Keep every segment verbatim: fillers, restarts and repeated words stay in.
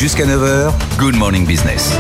Jusqu'à neuf heures, Good Morning Business.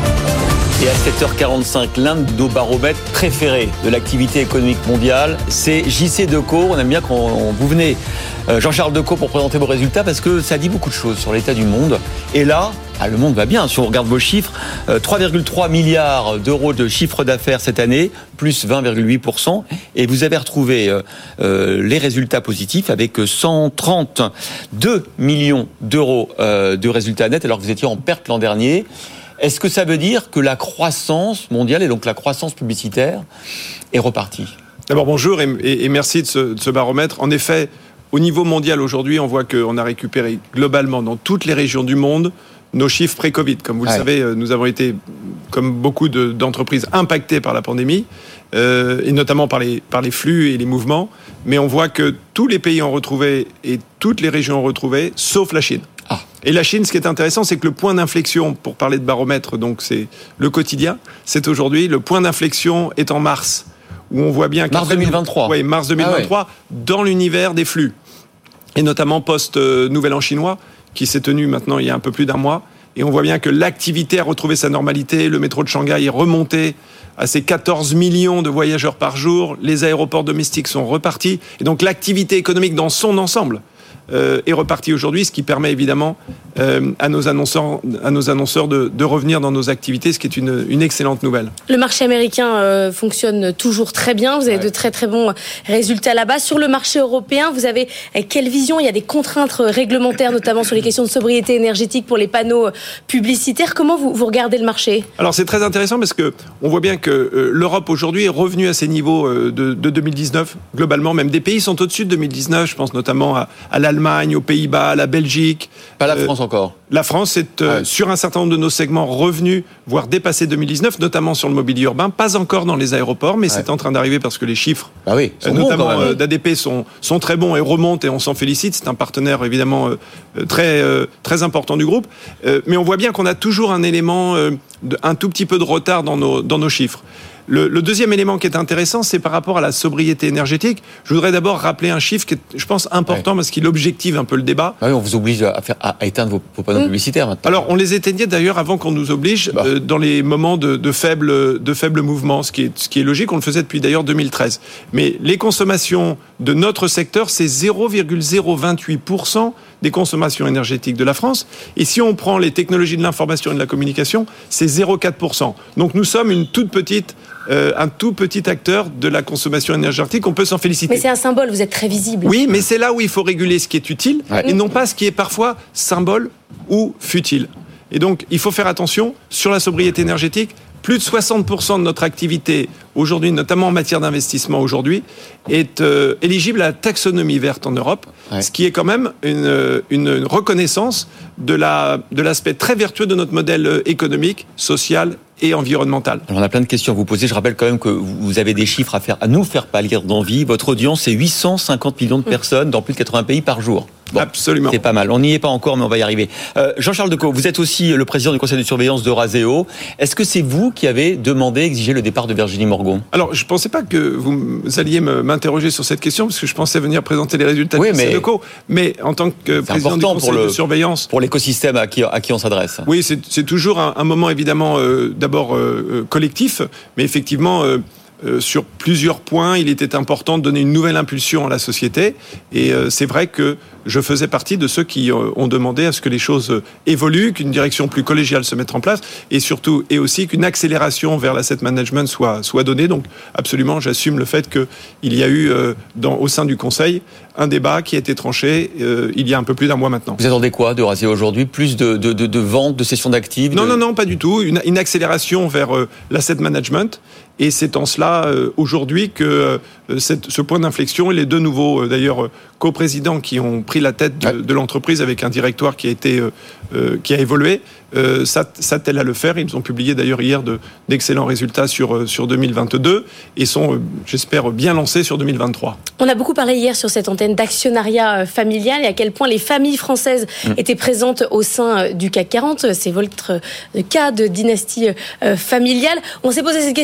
Et à sept heures quarante-cinq, l'un de nos baromètres préférés de l'activité économique mondiale, c'est J C Decaux. On aime bien quand vous venez, Jean-Charles Decaux, pour présenter vos résultats, parce que ça dit beaucoup de choses sur l'état du monde. Et là, ah, le monde va bien. Si on regarde vos chiffres, trois virgule trois milliards d'euros de chiffre d'affaires cette année, plus vingt virgule huit pour cent. Et vous avez retrouvé euh, les résultats positifs avec cent trente-deux millions d'euros euh, de résultats nets, alors que vous étiez en perte l'an dernier. Est-ce que ça veut dire que la croissance mondiale, et donc la croissance publicitaire, est repartie ? D'abord, bonjour et, et, et merci de ce, de ce baromètre. En effet, au niveau mondial aujourd'hui, on voit qu'on a récupéré globalement dans toutes les régions du monde nos chiffres pré-Covid. Comme vous le ouais. savez, nous avons été, comme beaucoup de, d'entreprises, impactés par la pandémie, euh, et notamment par les, par les flux et les mouvements. Mais on voit que tous les pays ont retrouvé et toutes les régions ont retrouvé, sauf la Chine. Ah. Et la Chine, ce qui est intéressant, c'est que le point d'inflexion, pour parler de baromètre, donc c'est le quotidien, c'est aujourd'hui, le point d'inflexion est en mars, où on voit bien... Mars deux mille vingt-trois. Oui, mars deux mille vingt-trois, ah ouais. Dans l'univers des flux. Et notamment post-Nouvel An chinois, qui s'est tenu maintenant il y a un peu plus d'un mois. Et on voit bien que l'activité a retrouvé sa normalité, le métro de Shanghai est remonté à ses quatorze millions de voyageurs par jour, les aéroports domestiques sont repartis, et donc l'activité économique dans son ensemble Euh, est reparti aujourd'hui, ce qui permet évidemment euh, à nos annonceurs, à nos annonceurs de, de revenir dans nos activités, ce qui est une, une excellente nouvelle. Le marché américain euh, fonctionne toujours très bien, vous avez ouais. de très très bons résultats là-bas. Sur le marché européen, vous avez quelle vision ? Il y a des contraintes réglementaires, notamment sur les questions de sobriété énergétique pour les panneaux publicitaires. Comment vous, vous regardez le marché ? Alors c'est très intéressant parce que on voit bien que euh, l'Europe aujourd'hui est revenue à ses niveaux euh, de, de deux mille dix-neuf, globalement. Même des pays sont au-dessus de deux mille dix-neuf, je pense notamment à, à l'Allemagne, aux Pays-Bas, à la Belgique. Pas la France euh, encore. La France est euh, ouais. sur un certain nombre de nos segments revenus, voire dépassé deux mille dix-neuf, notamment sur le mobilier urbain, pas encore dans les aéroports, mais ouais. c'est en train d'arriver parce que les chiffres, bah oui, euh, notamment euh, d'A D P, sont, sont très bons et remontent et on s'en félicite. C'est un partenaire évidemment euh, très, euh, très important du groupe. Euh, mais on voit bien qu'on a toujours un élément, euh, de, un tout petit peu de retard dans nos, dans nos chiffres. Le, le deuxième élément qui est intéressant, c'est par rapport à la sobriété énergétique. Je voudrais d'abord rappeler un chiffre qui est, je pense, important ouais. parce qu'il objective un peu le débat. Ah oui, on vous oblige à, faire, à éteindre vos, vos panneaux mmh. publicitaires maintenant. Alors, on les éteignait d'ailleurs avant qu'on nous oblige bah. euh, dans les moments de, de, faible, de faible mouvement, ce qui, est, ce qui est logique. On le faisait depuis d'ailleurs deux mille treize. Mais les consommations de notre secteur, c'est zéro virgule zéro vingt-huit pour cent des consommations énergétiques de la France. Et si on prend les technologies de l'information et de la communication, c'est zéro virgule quatre pour cent. Donc nous sommes une toute petite, euh, un tout petit acteur de la consommation énergétique. On peut s'en féliciter. Mais c'est un symbole, vous êtes très visible. Oui, mais c'est là où il faut réguler ce qui est utile ouais. et non pas ce qui est parfois symbole ou futile. Et donc, il faut faire attention sur la sobriété énergétique. Plus de soixante pour cent de notre activité aujourd'hui, notamment en matière d'investissement aujourd'hui, est euh, éligible à la taxonomie verte en Europe, ouais. ce qui est quand même une, une reconnaissance de, la, de l'aspect très vertueux de notre modèle économique, social et environnemental. Alors on a plein de questions à vous poser. Je rappelle quand même que vous avez des chiffres à, faire, à nous faire pâlir d'envie. Votre audience, c'est huit cent cinquante millions de personnes dans plus de quatre-vingts pays par jour. Bon, absolument. C'est pas mal. On n'y est pas encore, mais on va y arriver. Euh, Jean-Charles Decaux, vous êtes aussi le président du conseil de surveillance d'Eurazeo. Est-ce que c'est vous qui avez demandé, exigé le départ de Virginie Morgon ? Alors, je ne pensais pas que vous alliez m'interroger sur cette question, parce que je pensais venir présenter les résultats oui, de conseil Decaux. Mais en tant que président du conseil le, de surveillance... pour l'écosystème à qui, à qui on s'adresse. Oui, c'est, c'est toujours un, un moment, évidemment, euh, d'abord euh, collectif, mais effectivement... Euh, Euh, sur plusieurs points, il était important de donner une nouvelle impulsion à la société. Et euh, c'est vrai que je faisais partie de ceux qui euh, ont demandé à ce que les choses euh, évoluent, qu'une direction plus collégiale se mette en place, et surtout, et aussi qu'une accélération vers l'asset management soit, soit donnée. Donc, absolument, j'assume le fait qu'il y a eu, euh, dans, au sein du Conseil, un débat qui a été tranché euh, il y a un peu plus d'un mois maintenant. Vous attendez quoi d'Eurazeo aujourd'hui ? Plus de, de, de, de ventes, de cessions d'actifs ? Non, de... non, non, pas du tout. Une, une accélération vers euh, l'asset management. Et c'est en cela, euh, aujourd'hui, que euh, cette, ce point d'inflexion, et les deux nouveaux, euh, d'ailleurs, euh, coprésidents qui ont pris la tête de, ouais. de l'entreprise avec un directoire qui a, été, euh, euh, qui a évolué, euh, s'attellent à le faire. Ils ont publié d'ailleurs hier de, d'excellents résultats sur, euh, sur deux mille vingt-deux et sont, euh, j'espère, bien lancés sur deux mille vingt-trois. On a beaucoup parlé hier sur cette antenne d'actionnariat familial et à quel point les familles françaises mmh. étaient présentes au sein du C A C quarante. C'est votre cas de dynastie familiale. On s'est posé cette question, est-ce que c'est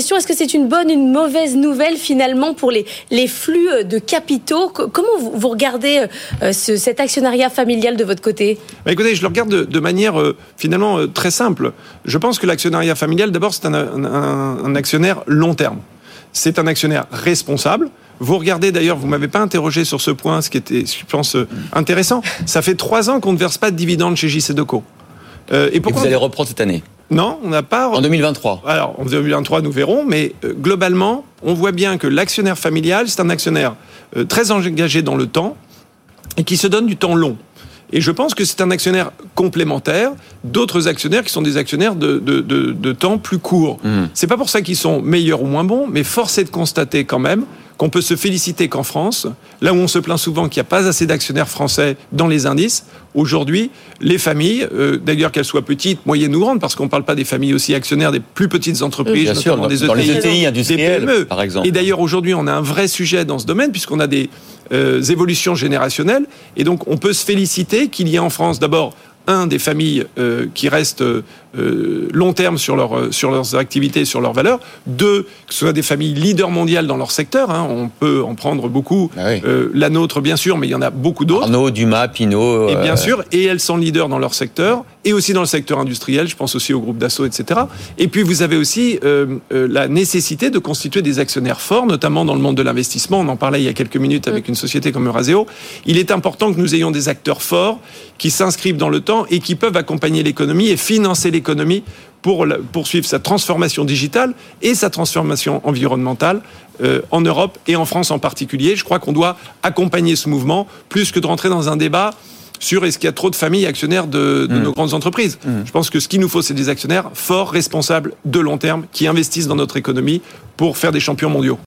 c'est une bonne, une mauvaise nouvelle finalement pour les, les flux de capitaux? Comment vous, vous regardez euh, ce, cet actionnariat familial de votre côté? Bah écoutez, je le regarde de, de manière euh, finalement euh, très simple. Je pense que l'actionnariat familial, d'abord, c'est un, un, un actionnaire long terme. C'est un actionnaire responsable. Vous regardez d'ailleurs, vous m'avez pas interrogé sur ce point, ce qui était, je pense, euh, intéressant. Ça fait trois ans qu'on ne verse pas de dividendes chez J C Decaux. Euh, et, et vous allez reprendre cette année? Non, on n'a pas. En deux mille vingt-trois. Alors, en deux mille vingt-trois, nous verrons, mais euh, globalement, on voit bien que l'actionnaire familial, c'est un actionnaire euh, très engagé dans le temps et qui se donne du temps long. Et je pense que c'est un actionnaire complémentaire d'autres actionnaires qui sont des actionnaires de, de, de, de temps plus court. Mmh. C'est pas pour ça qu'ils sont meilleurs ou moins bons, mais force est de constater quand même qu'on peut se féliciter qu'en France, là où on se plaint souvent qu'il n'y a pas assez d'actionnaires français dans les indices, aujourd'hui, les familles, euh, d'ailleurs qu'elles soient petites, moyennes ou grandes, parce qu'on ne parle pas des familles aussi actionnaires des plus petites entreprises, bien sûr, dans, des dans E T I, les E T I industrielles, des P M E, par exemple. Et d'ailleurs, aujourd'hui, on a un vrai sujet dans ce domaine, puisqu'on a des euh, évolutions générationnelles, et donc on peut se féliciter qu'il y ait en France, d'abord, un, des familles euh, qui restent euh, long terme sur, leur, sur leurs activités, sur leurs valeurs. Deux, que ce soit des familles leaders mondiales dans leur secteur. Hein, on peut en prendre beaucoup. Ah oui. euh, la nôtre, bien sûr, mais il y en a beaucoup d'autres. Arnaud, Dumas, Pinault. Et bien euh... sûr, et elles sont leaders dans leur secteur, et aussi dans le secteur industriel. Je pense aussi au groupe Dassault, et cetera. Et puis, vous avez aussi euh, euh, la nécessité de constituer des actionnaires forts, notamment dans le monde de l'investissement. On en parlait il y a quelques minutes avec une société comme Euraseo. Il est important que nous ayons des acteurs forts qui s'inscrivent dans le temps et qui peuvent accompagner l'économie et financer l'économie pour poursuivre sa transformation digitale et sa transformation environnementale euh, en Europe et en France en particulier. Je crois qu'on doit accompagner ce mouvement plus que de rentrer dans un débat sur est-ce qu'il y a trop de familles actionnaires de, de mmh. nos grandes entreprises. Mmh. Je pense que ce qu'il nous faut, c'est des actionnaires forts, responsables, de long terme, qui investissent dans notre économie pour faire des champions mondiaux.